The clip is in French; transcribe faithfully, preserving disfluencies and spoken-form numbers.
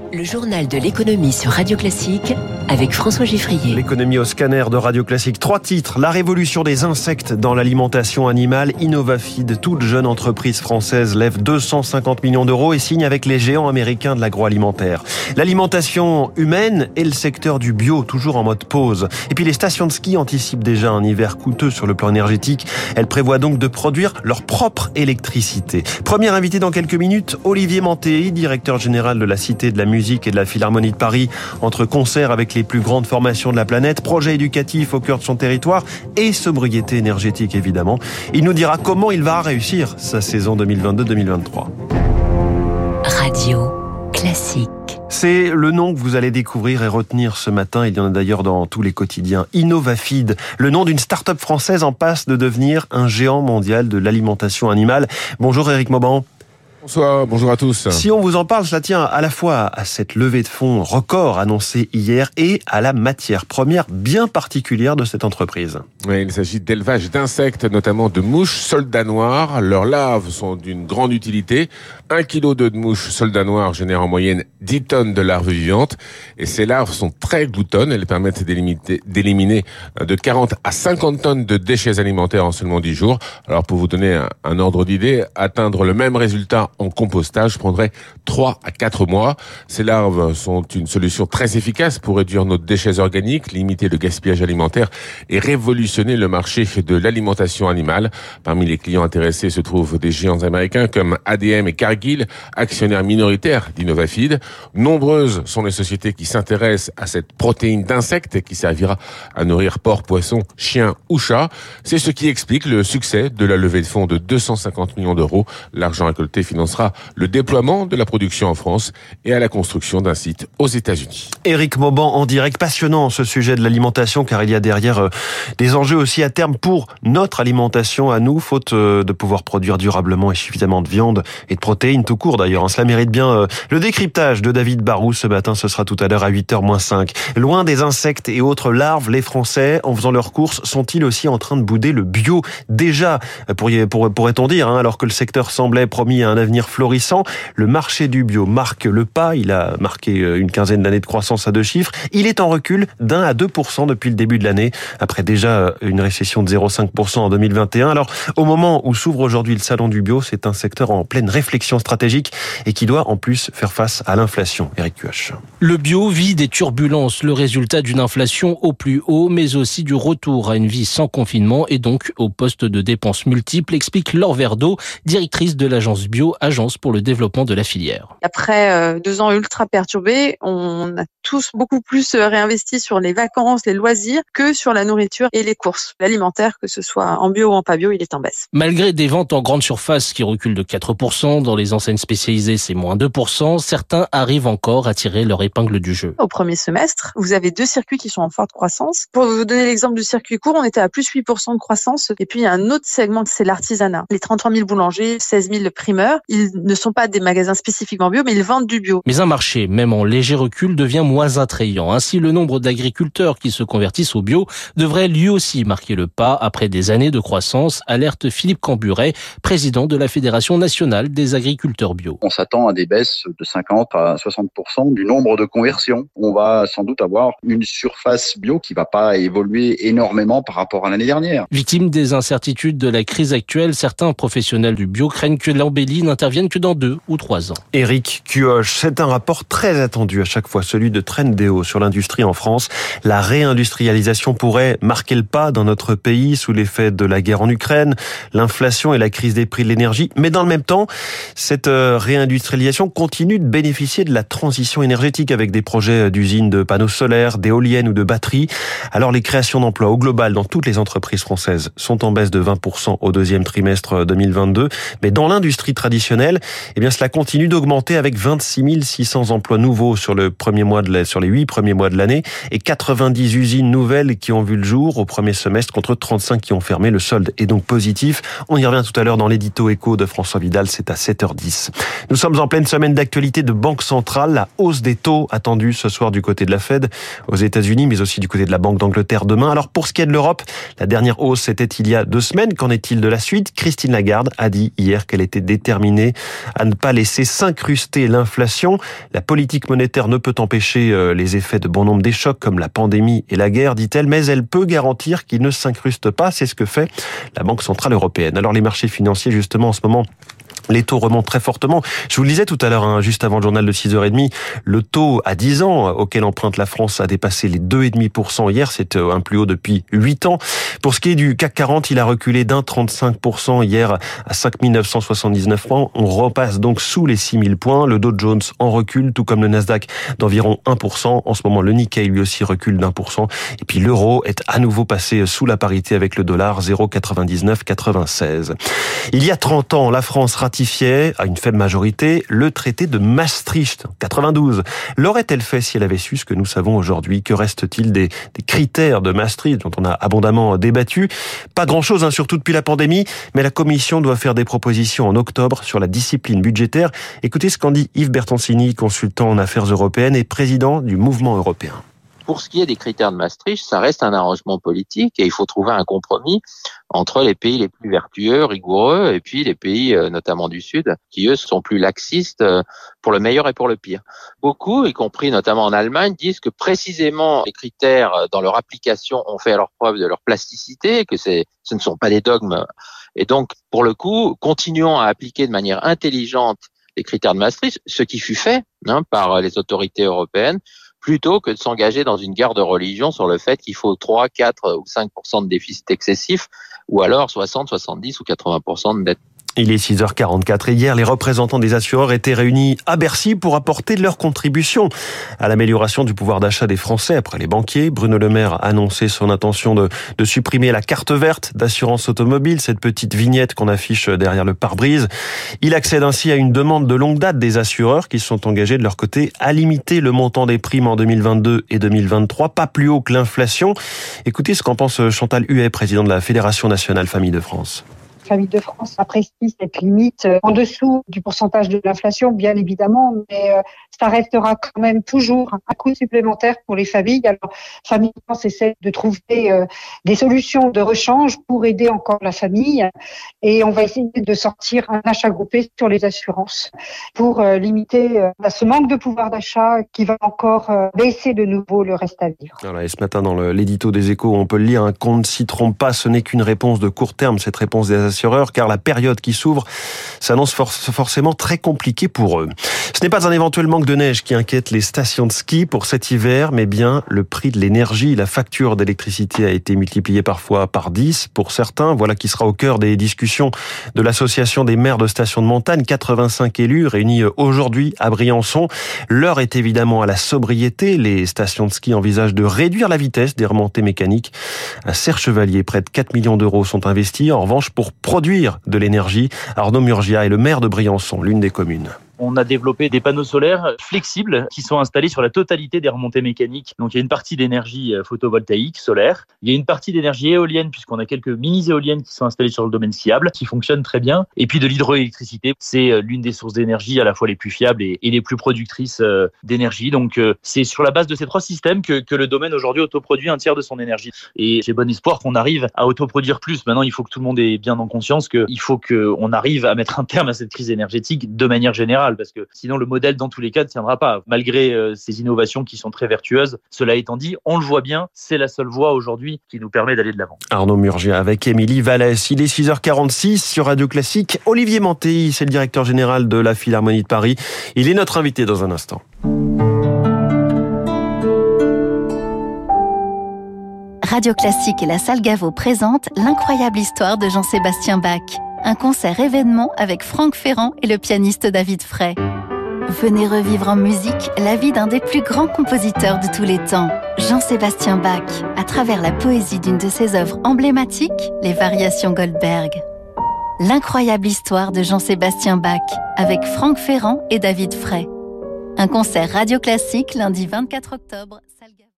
Le journal de l'économie sur Radio Classique avec François Giffrier. L'économie au scanner de Radio Classique. Trois titres. La révolution des insectes dans l'alimentation animale. Innovafeed, toute jeune entreprise française, lève deux cent cinquante millions d'euros et signe avec les géants américains de l'agroalimentaire. L'alimentation humaine et le secteur du bio, toujours en mode pause. Et puis les stations de ski anticipent déjà un hiver coûteux sur le plan énergétique. Elles prévoient donc de produire leur propre électricité. Premier invité dans quelques minutes, Olivier Mantéi, directeur général de la Cité de la Musique et de la Philharmonie de Paris, entre concerts avec les plus grandes formations de la planète, projets éducatifs au cœur de son territoire et sobriété énergétique évidemment. Il nous dira comment il va réussir sa saison deux mille vingt-deux deux mille vingt-trois. Radio Classique. C'est le nom que vous allez découvrir et retenir ce matin. Il y en a d'ailleurs dans tous les quotidiens. Innovafeed, le nom d'une start-up française en passe de devenir un géant mondial de l'alimentation animale. Bonjour Éric Mauban. Bonsoir, bonjour à tous. Si on vous en parle, cela tient à la fois à cette levée de fonds record annoncée hier et à la matière première bien particulière de cette entreprise. Oui, il s'agit d'élevage d'insectes, notamment de mouches soldats noirs. Leurs larves sont d'une grande utilité. Un kilo de mouches soldats noirs génère en moyenne dix tonnes de larves vivantes. Et ces larves sont très gloutonnes. Elles permettent d'éliminer de quarante à cinquante tonnes de déchets alimentaires en seulement dix jours. Alors pour vous donner un, un ordre d'idée, atteindre le même résultat en compostage prendrait trois à quatre mois. Ces larves sont une solution très efficace pour réduire nos déchets organiques, limiter le gaspillage alimentaire et révolutionner le marché de l'alimentation animale. Parmi les clients intéressés se trouvent des géants américains comme A D M et Cargill, actionnaires minoritaires d'Innovafeed. Nombreuses sont les sociétés qui s'intéressent à cette protéine d'insectes qui servira à nourrir porcs, poissons, chiens ou chats. C'est ce qui explique le succès de la levée de fonds de deux cent cinquante millions d'euros. L'argent récolté financera le déploiement de la production en France et à la construction d'un site aux États-Unis. Éric Mauban en direct, passionnant ce sujet de l'alimentation car il y a derrière euh, des enjeux aussi à terme pour notre alimentation à nous, faute euh, de pouvoir produire durablement et suffisamment de viande et de protéines tout court d'ailleurs. Hein. Cela mérite bien euh, le décryptage de David Barrou ce matin, ce sera tout à l'heure à huit heures moins cinq. Loin des insectes et autres larves, les Français, en faisant leurs courses, sont-ils aussi en train de bouder le bio? Déjà, pourriez, pour, pourrait-on dire, hein, alors que le secteur semblait promis à un avenir florissant, le marché du bio marque le pas. Il a marqué une quinzaine d'années de croissance à deux chiffres. Il est en recul d'un à deux pour cent depuis le début de l'année, après déjà une récession de zéro virgule cinq pour cent en deux mille vingt et un. Alors, au moment où s'ouvre aujourd'hui le salon du bio, c'est un secteur en pleine réflexion stratégique et qui doit en plus faire face à l'inflation. Éric Cuoche. Le bio vit des turbulences, le résultat d'une inflation au plus haut, mais aussi du retour à une vie sans confinement et donc au poste de dépenses multiples, explique Laure Verdeau, directrice de l'agence bio, agence pour le développement de la filière. Après euh, deux ans ultra perturbés, on a tous beaucoup plus réinvesti sur les vacances, les loisirs, que sur la nourriture et les courses. L'alimentaire, que ce soit en bio ou en pas bio, il est en baisse. Malgré des ventes en grande surface qui reculent de quatre pour cent, dans les enseignes spécialisées c'est moins deux pour cent, certains arrivent encore à tirer leur épingle du jeu. Au premier semestre, vous avez deux circuits qui sont en forte croissance. Pour vous donner l'exemple du circuit court, on était à plus huit pour cent de croissance. Et puis il y a un autre segment, c'est l'artisanat. Les trente-trois mille boulangers, seize mille primeurs, ils ne sont pas des magasins spécifiquement bio, mais ils vendent du bio. Mais un marché, même en léger recul, devient moins attrayant. Ainsi, le nombre d'agriculteurs qui se convertissent au bio devrait lui aussi marquer le pas après des années de croissance, alerte Philippe Camburet, président de la Fédération nationale des agriculteurs bio. On s'attend à des baisses de cinquante à soixante pour cent du nombre de conversions. On va sans doute avoir une surface bio qui va pas évoluer énormément par rapport à l'année dernière. Victime des incertitudes de la crise actuelle, certains professionnels du bio craignent que l'embellie n'intervienne que dans deux ou trois ans. Éric Cuoche, c'est un rapport très attendu à chaque fois, celui de Trendéo sur l'industrie en France. La réindustrialisation pourrait marquer le pas dans notre pays sous l'effet de la guerre en Ukraine, l'inflation et la crise des prix de l'énergie. Mais dans le même temps, cette réindustrialisation continue de bénéficier de la transition énergétique avec des projets d'usines de panneaux solaires, d'éoliennes ou de batteries. Alors les créations d'emplois au global dans toutes les entreprises françaises sont en baisse de vingt pour cent au deuxième trimestre deux mille vingt-deux. Mais dans l'industrie traditionnelle, eh bien cela continue d'augmenter avec vingt-six mille six cents emplois nouveaux sur le premier mois de la, sur les huit premiers mois de l'année et quatre-vingt-dix usines nouvelles qui ont vu le jour au premier semestre contre trente-cinq qui ont fermé. Le solde est donc positif. On y revient tout à l'heure dans l'édito éco de François Vidal, c'est à sept heures. heures dix. Nous sommes en pleine semaine d'actualité de Banque centrale. La hausse des taux attendue ce soir du côté de la Fed aux États-Unis, mais aussi du côté de la Banque d'Angleterre demain. Alors pour ce qui est de l'Europe, la dernière hausse c'était il y a deux semaines. Qu'en est-il de la suite ? Christine Lagarde a dit hier qu'elle était déterminée à ne pas laisser s'incruster l'inflation. La politique monétaire ne peut empêcher les effets de bon nombre des chocs comme la pandémie et la guerre, dit-elle, mais elle peut garantir qu'il ne s'incruste pas. C'est ce que fait la Banque centrale européenne. Alors les marchés financiers, justement, en ce moment, les taux remontent très fortement. Je vous le disais tout à l'heure, hein, juste avant le journal de six heures trente, le taux à dix ans auquel emprunte la France a dépassé les deux virgule cinq pour cent hier. C'est un plus haut depuis huit ans. Pour ce qui est du C A C quarante, il a reculé d'un trente-cinq pour cent hier à cinq mille neuf cent soixante-dix-neuf points. On repasse donc sous les six mille points. Le Dow Jones en recule, tout comme le Nasdaq d'environ un pour cent. En ce moment, le Nikkei lui aussi recule d'un pour cent. Et puis l'euro est à nouveau passé sous la parité avec le dollar, zéro virgule quatre-vingt-dix-neuf quatre-vingt-seize. Il y a trente ans, la France ratifiait à une faible majorité le traité de Maastricht en quatre-vingt-douze. L'aurait-elle fait si elle avait su ce que nous savons aujourd'hui ? Que reste-t-il des, des critères de Maastricht dont on a abondamment débattu ? Pas grand-chose, hein, surtout depuis la pandémie, mais la Commission doit faire des propositions en octobre sur la discipline budgétaire. Écoutez ce qu'en dit Yves Bertoncini, consultant en affaires européennes et président du Mouvement européen. Pour ce qui est des critères de Maastricht, ça reste un arrangement politique et il faut trouver un compromis entre les pays les plus vertueux, rigoureux, et puis les pays, notamment du Sud, qui eux sont plus laxistes pour le meilleur et pour le pire. Beaucoup, y compris notamment en Allemagne, disent que précisément les critères dans leur application ont fait leur preuve de leur plasticité, que c'est, ce ne sont pas des dogmes. Et donc, pour le coup, continuons à appliquer de manière intelligente les critères de Maastricht, ce qui fut fait hein, par les autorités européennes, plutôt que de s'engager dans une guerre de religion sur le fait qu'il faut trois, quatre ou cinq pour cent de déficit excessif, ou alors soixante, soixante-dix ou quatre-vingts pour cent de dette. Il est six heures quarante-quatre et hier, les représentants des assureurs étaient réunis à Bercy pour apporter leur contribution à l'amélioration du pouvoir d'achat des Français après les banquiers. Bruno Le Maire a annoncé son intention de, de supprimer la carte verte d'assurance automobile, cette petite vignette qu'on affiche derrière le pare-brise. Il accède ainsi à une demande de longue date des assureurs qui sont engagés de leur côté à limiter le montant des primes en deux mille vingt-deux et deux mille vingt-trois, pas plus haut que l'inflation. Écoutez ce qu'en pense Chantal Huet, présidente de la Fédération nationale Famille de France. Famille de France apprécie cette limite en dessous du pourcentage de l'inflation, bien évidemment, mais ça restera quand même toujours un coût supplémentaire pour les familles. Alors, Famille de France essaie de trouver des solutions de rechange pour aider encore la famille et on va essayer de sortir un achat groupé sur les assurances pour limiter ce manque de pouvoir d'achat qui va encore baisser de nouveau le reste à vivre. Voilà, et ce matin, dans l'édito des Échos, on peut le lire, hein, qu'on ne s'y trompe pas, ce n'est qu'une réponse de court terme, cette réponse des assureurs. Car la période qui s'ouvre s'annonce forcément très compliquée pour eux. Ce n'est pas un éventuel manque de neige qui inquiète les stations de ski pour cet hiver, mais bien le prix de l'énergie. La facture d'électricité a été multipliée parfois par dix pour certains. Voilà qui sera au cœur des discussions de l'association des maires de stations de montagne. quatre-vingt-cinq élus réunis aujourd'hui à Briançon. L'heure est évidemment à la sobriété. Les stations de ski envisagent de réduire la vitesse des remontées mécaniques. À Serre-Chevalier, près de quatre millions d'euros sont investis. En revanche, pour produire de l'énergie, Arnaud Murgia est le maire de Briançon, l'une des communes. On a développé des panneaux solaires flexibles qui sont installés sur la totalité des remontées mécaniques. Donc il y a une partie d'énergie photovoltaïque, solaire. Il y a une partie d'énergie éolienne puisqu'on a quelques mini-éoliennes qui sont installées sur le domaine skiable, qui fonctionnent très bien. Et puis de l'hydroélectricité, c'est l'une des sources d'énergie à la fois les plus fiables et, et les plus productrices d'énergie. Donc c'est sur la base de ces trois systèmes que, que le domaine aujourd'hui autoproduit un tiers de son énergie. Et j'ai bon espoir qu'on arrive à autoproduire plus. Maintenant, il faut que tout le monde ait bien en conscience qu'il faut qu'on arrive à mettre un terme à cette crise énergétique de manière générale. Parce que sinon le modèle dans tous les cas ne tiendra pas. Malgré euh, ces innovations qui sont très vertueuses, cela étant dit, on le voit bien, c'est la seule voie aujourd'hui qui nous permet d'aller de l'avant. Arnaud Murgia avec Émilie Vallès. Il est six heures quarante-six sur Radio Classique. Olivier Mantéi, c'est le directeur général de la Philharmonie de Paris. Il est notre invité dans un instant. Radio Classique et la Salle Gaveau présentent l'incroyable histoire de Jean-Sébastien Bach. Un concert événement avec Franck Ferrand et le pianiste David Fray. Venez revivre en musique la vie d'un des plus grands compositeurs de tous les temps, Jean-Sébastien Bach, à travers la poésie d'une de ses œuvres emblématiques, les Variations Goldberg. L'incroyable histoire de Jean-Sébastien Bach avec Franck Ferrand et David Fray. Un concert Radio Classique lundi vingt-quatre octobre.